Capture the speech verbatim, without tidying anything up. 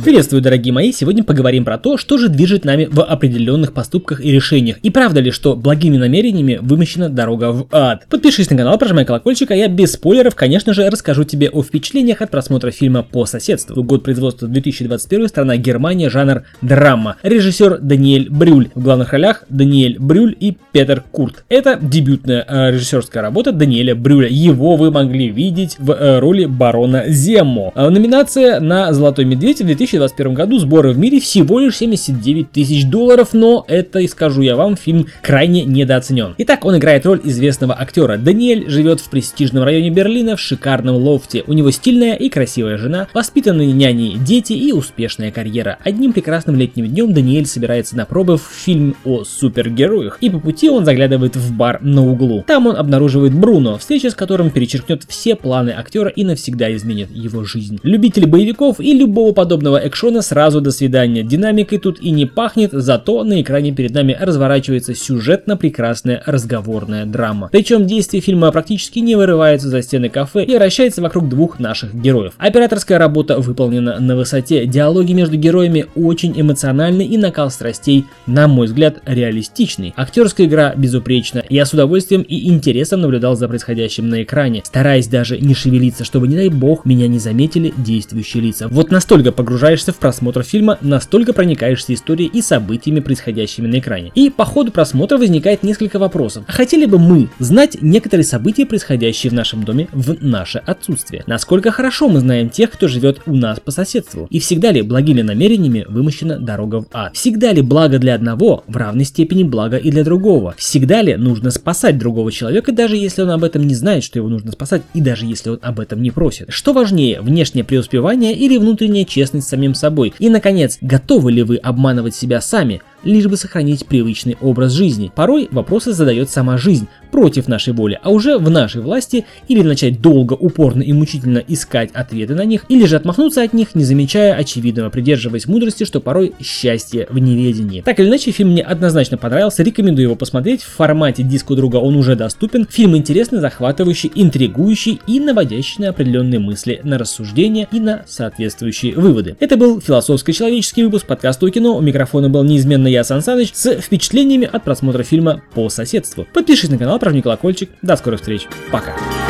Приветствую, дорогие мои! Сегодня поговорим про то, что же движет нами в определенных поступках и решениях. И правда ли, что благими намерениями вымощена дорога в ад? Подпишись на канал, прожимай колокольчик, а я без спойлеров, конечно же, расскажу тебе о впечатлениях от просмотра фильма «По соседству». Год производства две тысячи двадцать первый, страна Германия, жанр драма. Режиссер Даниэль Брюль. В главных ролях Даниэль Брюль и Петер Курт. Это дебютная э, режиссерская работа Даниэля Брюля. Его вы могли видеть в э, роли барона Земмо. Э, номинация на «Золотой медведь» в две тысячи двадцать первом году, сборы в мире всего лишь семьдесят девять тысяч долларов, но это, и скажу я вам, фильм крайне недооценен. Итак, он играет роль известного актера. Даниэль живет в престижном районе Берлина в шикарном лофте. У него стильная и красивая жена, воспитанные няней дети и успешная карьера. Одним прекрасным летним днем Даниэль собирается на пробы в фильм о супергероях, и по пути он заглядывает в бар на углу. Там он обнаруживает Бруно, встреча с которым перечеркнет все планы актера и навсегда изменит его жизнь. Любители боевиков и любого подобного экшона сразу до свидания. Динамикой тут и не пахнет, зато на экране перед нами разворачивается сюжетно прекрасная разговорная драма. Причем действие фильма практически не вырывается за стены кафе и вращается вокруг двух наших героев. Операторская работа выполнена на высоте, диалоги между героями очень эмоциональны и накал страстей, на мой взгляд, реалистичный. Актерская игра безупречна, я с удовольствием и интересом наблюдал за происходящим на экране, стараясь даже не шевелиться, чтобы, не дай бог, меня не заметили действующие лица. Вот настолько погружаешься в просмотр фильма, настолько проникаешься историей и событиями, происходящими на экране. И по ходу просмотра возникает несколько вопросов. А хотели бы мы знать некоторые события, происходящие в нашем доме в наше отсутствие? Насколько хорошо мы знаем тех, кто живет у нас по соседству? И всегда ли благими намерениями вымощена дорога в ад? Всегда ли благо для одного в равной степени благо и для другого? Всегда ли нужно спасать другого человека, даже если он об этом не знает, что его нужно спасать, и даже если он об этом не просит? Что важнее, внешнее преуспевание или внутренняя честность с самим собой? И, наконец, готовы ли вы обманывать себя сами, лишь бы сохранить привычный образ жизни? Порой вопросы задает сама жизнь против нашей воли, а уже в нашей власти или начать долго, упорно и мучительно искать ответы на них, или же отмахнуться от них, не замечая очевидного, придерживаясь мудрости, что порой счастье в неведении. Так или иначе, фильм мне однозначно понравился, рекомендую его посмотреть. В формате диск у друга он уже доступен. Фильм интересный, захватывающий, интригующий и наводящий на определенные мысли, на рассуждения и на соответствующие выводы. Это был философско-человеческий выпуск подкаста о кино. У микрофона был неизменно я, Сан Саныч, с впечатлениями от просмотра фильма «По соседству». Подпишись на канал, прожми колокольчик. До скорых встреч. Пока.